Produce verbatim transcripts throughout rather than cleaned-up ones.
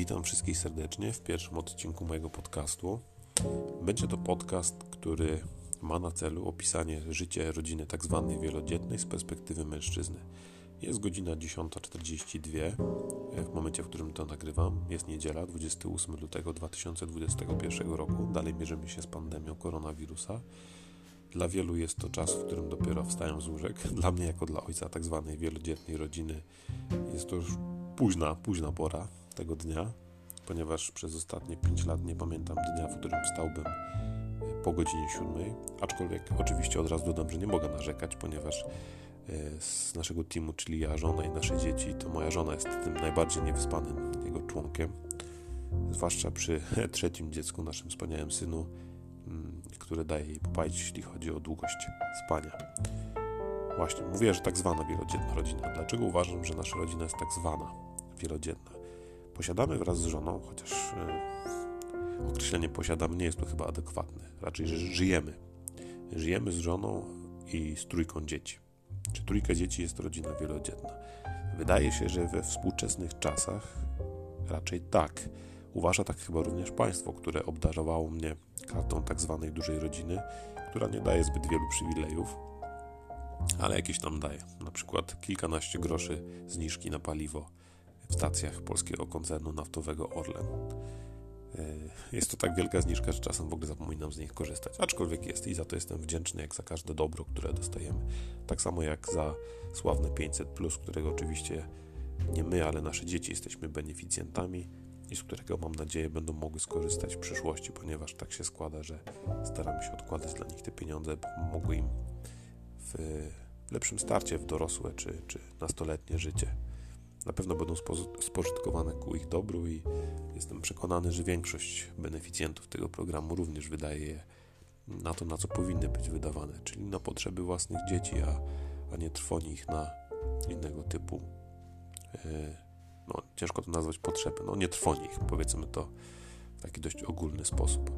Witam wszystkich serdecznie w pierwszym odcinku mojego podcastu. Będzie to podcast, który ma na celu opisanie życia rodziny tzw. wielodzietnej z perspektywy mężczyzny. Jest godzina dziesiąta czterdzieści dwa w momencie, w którym to nagrywam. Jest niedziela, dwudziestego ósmego lutego dwa tysiące dwudziestego pierwszego roku. Dalej mierzymy się z pandemią koronawirusa. Dla wielu jest to czas, w którym dopiero wstają z łóżek. Dla mnie, jako dla ojca tzw. wielodzietnej rodziny, jest to już późna, późna pora tego dnia, ponieważ przez ostatnie pięć lat nie pamiętam dnia, w którym wstałbym po godzinie siódmej. Aczkolwiek oczywiście od razu dodam, że nie mogę narzekać, ponieważ z naszego teamu, czyli ja, żona i nasze dzieci, to moja żona jest tym najbardziej niewyspanym jego członkiem. Zwłaszcza przy trzecim dziecku, naszym wspaniałym synu, które daje jej popalić, jeśli chodzi o długość spania. Właśnie, mówię, że tak zwana wielodzietna rodzina. Dlaczego uważam, że nasza rodzina jest tak zwana wielodzietna? Posiadamy wraz z żoną, chociaż e, określenie posiadamy nie jest tu chyba adekwatne. Raczej, że żyjemy. Żyjemy z żoną i z trójką dzieci. Czy trójka dzieci jest to rodzina wielodzietna? Wydaje się, że we współczesnych czasach raczej tak. Uważa tak chyba również państwo, które obdarowało mnie kartą tak zwanej dużej rodziny, która nie daje zbyt wielu przywilejów, ale jakieś tam daje. Na przykład kilkanaście groszy zniżki na paliwo w stacjach polskiego koncernu naftowego Orlen. Jest to tak wielka zniżka, że czasem w ogóle zapominam z nich korzystać. Aczkolwiek jest i za to jestem wdzięczny, jak za każde dobro, które dostajemy. Tak samo jak za sławne pięćset plus, którego oczywiście nie my, ale nasze dzieci jesteśmy beneficjentami i z którego, mam nadzieję, będą mogły skorzystać w przyszłości, ponieważ tak się składa, że staramy się odkładać dla nich te pieniądze, by mogły im w lepszym starcie w dorosłe czy, czy nastoletnie życie. Na pewno będą spo- spożytkowane ku ich dobru i jestem przekonany, że większość beneficjentów tego programu również wydaje je na to, na co powinny być wydawane, czyli na potrzeby własnych dzieci, a, a nie trwoni ich na innego typu yy, no, ciężko to nazwać potrzeby, no nie trwoni ich, powiedzmy to w taki dość ogólny sposób.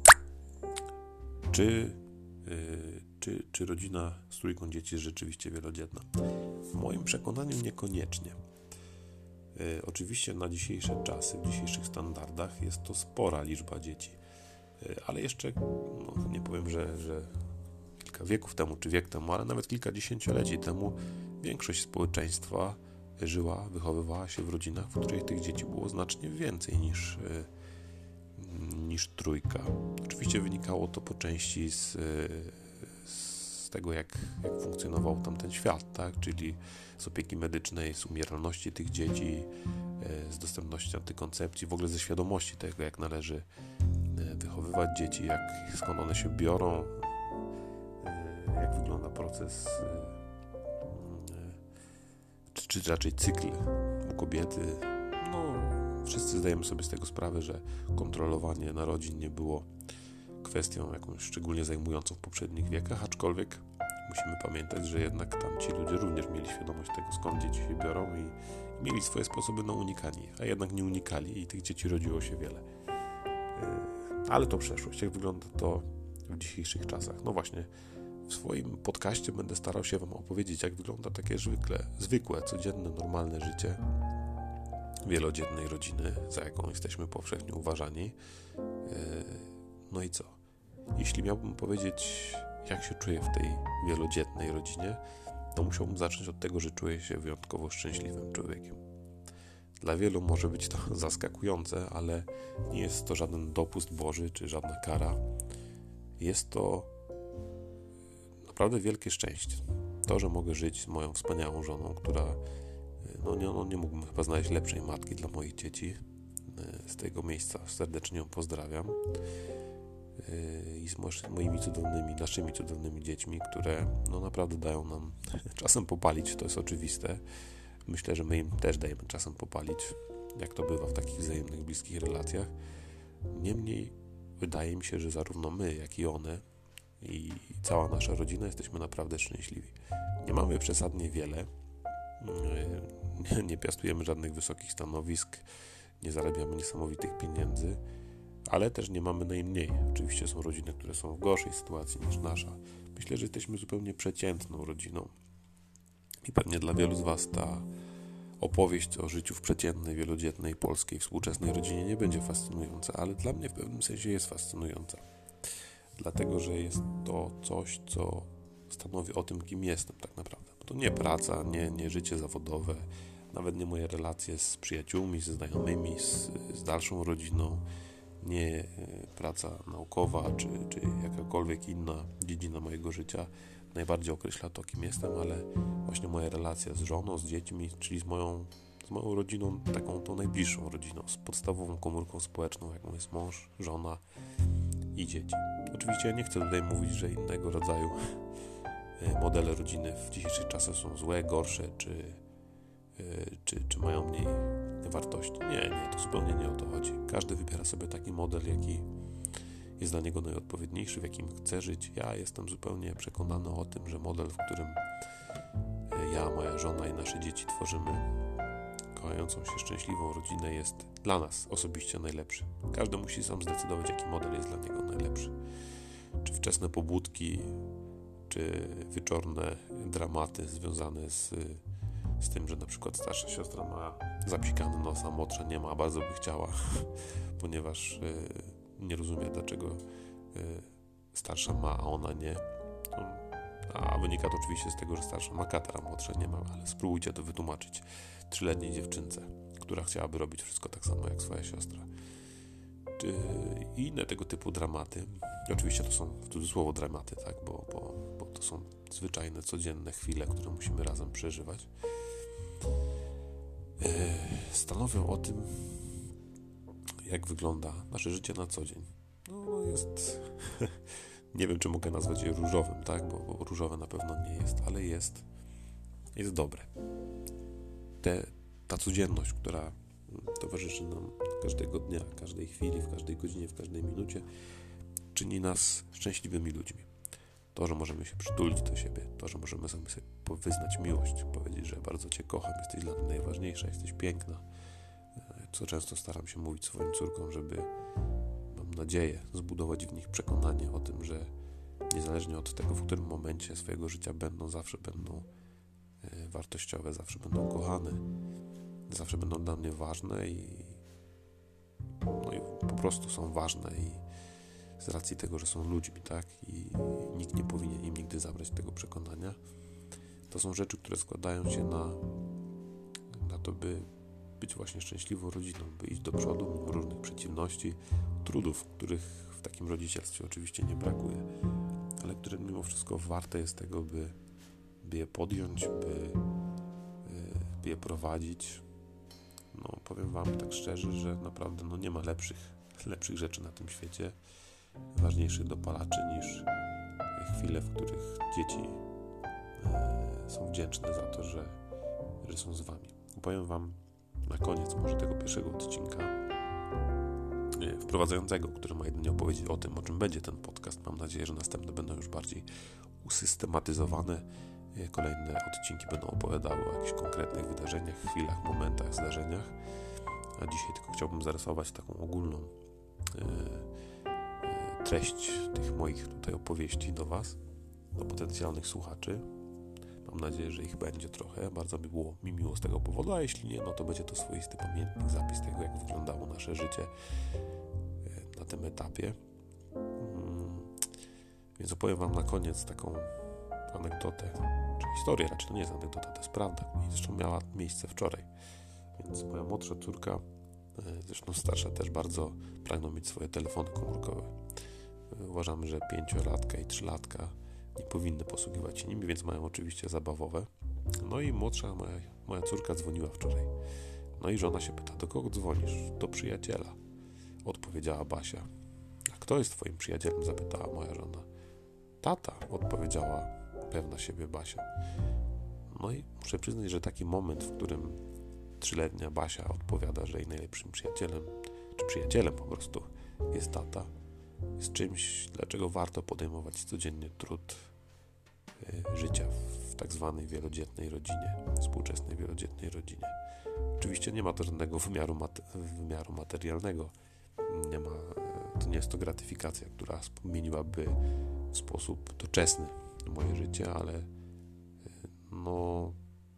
Czy, yy, czy, czy rodzina z trójką dzieci jest rzeczywiście wielodzietna? W moim przekonaniu niekoniecznie. Yy, oczywiście na dzisiejsze czasy, w dzisiejszych standardach jest to spora liczba dzieci, yy, ale jeszcze, no, nie powiem, że, że kilka wieków temu, czy wiek temu, ale nawet kilka dziesięcioleci temu większość społeczeństwa żyła, wychowywała się w rodzinach, w których tych dzieci było znacznie więcej niż, niż trójka. Oczywiście wynikało to po części z, z tego, jak, jak funkcjonował tamten świat, tak? Czyli z opieki medycznej, z umieralności tych dzieci, z dostępności antykoncepcji, w ogóle ze świadomości tego, jak należy wychowywać dzieci, jak, skąd one się biorą, jak wygląda proces, czy raczej cykl u kobiety. No, wszyscy zdajemy sobie z tego sprawę, że kontrolowanie narodzin nie było kwestią jakąś szczególnie zajmującą w poprzednich wiekach, aczkolwiek musimy pamiętać, że jednak tam ci ludzie również mieli świadomość tego, skąd dzieci się biorą i, i mieli swoje sposoby na unikanie, a jednak nie unikali i tych dzieci rodziło się wiele. Yy, ale to przeszłość. Jak wygląda to w dzisiejszych czasach? No właśnie, w swoim podcaście będę starał się Wam opowiedzieć, jak wygląda takie zwykle, zwykłe, codzienne, normalne życie wielodzietnej rodziny, za jaką jesteśmy powszechnie uważani. No i co? Jeśli miałbym powiedzieć, jak się czuję w tej wielodzietnej rodzinie, to musiałbym zacząć od tego, że czuję się wyjątkowo szczęśliwym człowiekiem. Dla wielu może być to zaskakujące, ale nie jest to żaden dopust Boży, czy żadna kara. Jest to naprawdę wielkie szczęście. To, że mogę żyć z moją wspaniałą żoną, która, no nie, no nie mógłbym chyba znaleźć lepszej matki dla moich dzieci. Z tego miejsca serdecznie ją pozdrawiam. I z moimi cudownymi, naszymi cudownymi dziećmi, które no naprawdę dają nam czasem popalić, to jest oczywiste. Myślę, że my im też dajemy czasem popalić, jak to bywa w takich wzajemnych, bliskich relacjach. Niemniej wydaje mi się, że zarówno my, jak i one i cała nasza rodzina jesteśmy naprawdę szczęśliwi. Nie mamy przesadnie wiele, nie, nie piastujemy żadnych wysokich stanowisk, nie zarabiamy niesamowitych pieniędzy, ale też nie mamy najmniej. Oczywiście są rodziny, które są w gorszej sytuacji niż nasza. Myślę, że jesteśmy zupełnie przeciętną rodziną i pewnie dla wielu z Was ta opowieść o życiu w przeciętnej, wielodzietnej, polskiej, współczesnej rodzinie nie będzie fascynująca, ale dla mnie w pewnym sensie jest fascynująca. Dlatego, że jest to coś, co stanowi o tym, kim jestem tak naprawdę. To nie praca, nie, nie życie zawodowe, nawet nie moje relacje z przyjaciółmi, ze znajomymi, z, z dalszą rodziną, nie praca naukowa, czy, czy jakakolwiek inna dziedzina mojego życia najbardziej określa to, kim jestem, ale właśnie moja relacja z żoną, z dziećmi, czyli z moją, z moją rodziną, taką tą najbliższą rodziną, z podstawową komórką społeczną, jaką jest mąż, żona i dzieci. Oczywiście ja nie chcę tutaj mówić, że innego rodzaju modele rodziny w dzisiejszych czasach są złe, gorsze, czy, czy, czy mają mniej wartości. Nie, nie, to zupełnie nie o to chodzi. Każdy wybiera sobie taki model, jaki jest dla niego najodpowiedniejszy, w jakim chce żyć. Ja jestem zupełnie przekonany o tym, że model, w którym ja, moja żona i nasze dzieci tworzymy kochającą się, szczęśliwą rodzinę, jest dla nas osobiście najlepszy. Każdy musi sam zdecydować, jaki model jest dla niego najlepszy. Czy wczesne pobudki, czy wieczorne dramaty związane z, z tym, że na przykład starsza siostra ma zapsikany nos, a młodsza nie ma, a bardzo by chciała, ponieważ nie rozumie, dlaczego starsza ma, a ona nie. A wynika to oczywiście z tego, że starsza ma katar, a młodsza nie ma, ale spróbujcie to wytłumaczyć trzyletniej dziewczynce, która chciałaby robić wszystko tak samo jak swoja siostra. I inne tego typu dramaty. I oczywiście to są w cudzysłowie dramaty, tak, bo, bo, bo to są zwyczajne, codzienne chwile, które musimy razem przeżywać. Stanowią o tym, jak wygląda nasze życie na co dzień. No jest, nie wiem, czy mogę nazwać je różowym, tak, bo, bo różowe na pewno nie jest, ale jest, jest dobre. Te, ta codzienność, która towarzyszy nam każdego dnia, każdej chwili, w każdej godzinie, w każdej minucie, czyni nas szczęśliwymi ludźmi. To, że możemy się przytulić do siebie, to, że możemy sobie wyznać miłość, powiedzieć, że bardzo Cię kocham, jesteś dla mnie najważniejsza, jesteś piękna. Co często staram się mówić swoim córkom, żeby, mam nadzieję, zbudować w nich przekonanie o tym, że niezależnie od tego, w którym momencie swojego życia będą, zawsze będą wartościowe, zawsze będą kochane, zawsze będą dla mnie ważne i, no i po prostu są ważne i z racji tego, że są ludźmi, tak, i nikt nie powinien im nigdy zabrać tego przekonania. To są rzeczy, które składają się na, na to, by być właśnie szczęśliwą rodziną, by iść do przodu mimo różnych przeciwności, trudów, których w takim rodzicielstwie oczywiście nie brakuje, ale które mimo wszystko warte jest tego, by, by je podjąć, by, by je prowadzić. No, powiem Wam tak szczerze, że naprawdę no, nie ma lepszych, lepszych rzeczy na tym świecie, ważniejszych dopalaczy niż chwile, w których dzieci e, są wdzięczne za to, że, że są z Wami. Powiem Wam na koniec może tego pierwszego odcinka e, wprowadzającego, który ma jedynie opowiedzieć o tym, o czym będzie ten podcast. Mam nadzieję, że następne będą już bardziej usystematyzowane. E, kolejne odcinki będą opowiadały o jakichś konkretnych wydarzeniach, chwilach, momentach, zdarzeniach. A dzisiaj tylko chciałbym zarysować taką ogólną e, treść tych moich tutaj opowieści do Was, do potencjalnych słuchaczy. Mam nadzieję, że ich będzie trochę. Bardzo by było mi miło z tego powodu, a jeśli nie, no to będzie to swoisty pamiętnik, zapis tego, jak wyglądało nasze życie na tym etapie. Więc opowiem Wam na koniec taką anegdotę, czy historię, raczej to nie jest anegdota, to jest prawda. I zresztą miała miejsce wczoraj. Więc moja młodsza córka, zresztą starsza też, bardzo pragną mieć swoje telefony komórkowe. Uważamy, że pięciolatka i trzylatka nie powinny posługiwać się nimi, więc mają oczywiście zabawowe. No i młodsza moja, moja córka dzwoniła wczoraj. No i żona się pyta, do kogo dzwonisz? Do przyjaciela. Odpowiedziała Basia. A kto jest twoim przyjacielem? Zapytała moja żona. Tata, odpowiedziała pewna siebie Basia. No i muszę przyznać, że taki moment, w którym trzyletnia Basia odpowiada, że jej najlepszym przyjacielem, czy przyjacielem po prostu jest tata, jest czymś, dlaczego warto podejmować codziennie trud y, życia w tak zwanej wielodzietnej rodzinie, współczesnej wielodzietnej rodzinie. Oczywiście nie ma to żadnego wymiaru, mat- wymiaru materialnego, nie ma, to nie jest to gratyfikacja, która zmieniłaby w sposób doczesny moje życie, ale y, no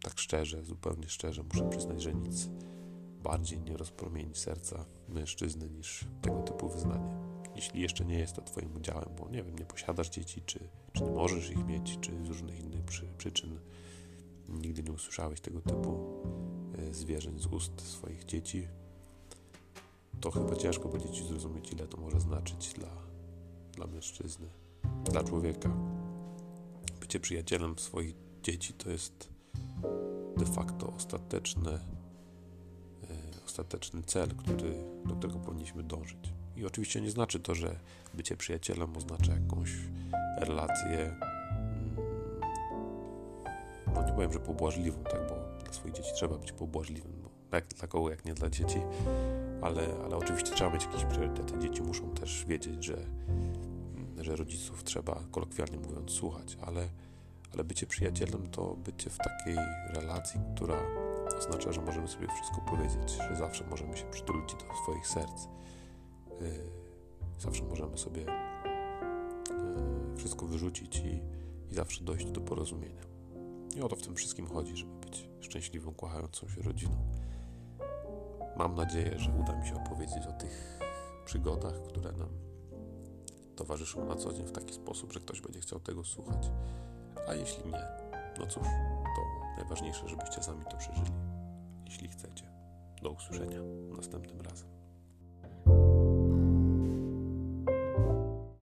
tak szczerze, zupełnie szczerze muszę przyznać, że nic bardziej nie rozpromieni serca mężczyzny niż tego typu wyznanie. Jeśli jeszcze nie jest to twoim udziałem, bo nie wiem, nie posiadasz dzieci, czy, czy nie możesz ich mieć, czy z różnych innych przy, przyczyn nigdy nie usłyszałeś tego typu y, zwierzeń z ust swoich dzieci, to chyba ciężko będzie ci zrozumieć, ile to może znaczyć dla, dla mężczyzny, dla człowieka. Bycie przyjacielem swoich dzieci to jest de facto ostateczne, y, ostateczny cel, który, do którego powinniśmy dążyć. I oczywiście nie znaczy to, że bycie przyjacielem oznacza jakąś relację, mm, no nie powiem, że pobłażliwą, tak, bo dla swoich dzieci trzeba być pobłażliwym, bo jak dla kogo, jak nie dla dzieci, ale, ale oczywiście trzeba mieć jakieś priorytety. Dzieci muszą też wiedzieć, że, że rodziców trzeba, kolokwialnie mówiąc, słuchać, ale, ale bycie przyjacielem to bycie w takiej relacji, która oznacza, że możemy sobie wszystko powiedzieć, że zawsze możemy się przytulić do swoich serc. Zawsze możemy sobie wszystko wyrzucić i, i zawsze dojść do porozumienia. I o to w tym wszystkim chodzi, żeby być szczęśliwą, kochającą się rodziną. Mam nadzieję, że uda mi się opowiedzieć o tych przygodach, które nam towarzyszą na co dzień w taki sposób, że ktoś będzie chciał tego słuchać. A jeśli nie, no cóż, to najważniejsze, żebyście sami to przeżyli. Jeśli chcecie. Do usłyszenia następnym razem.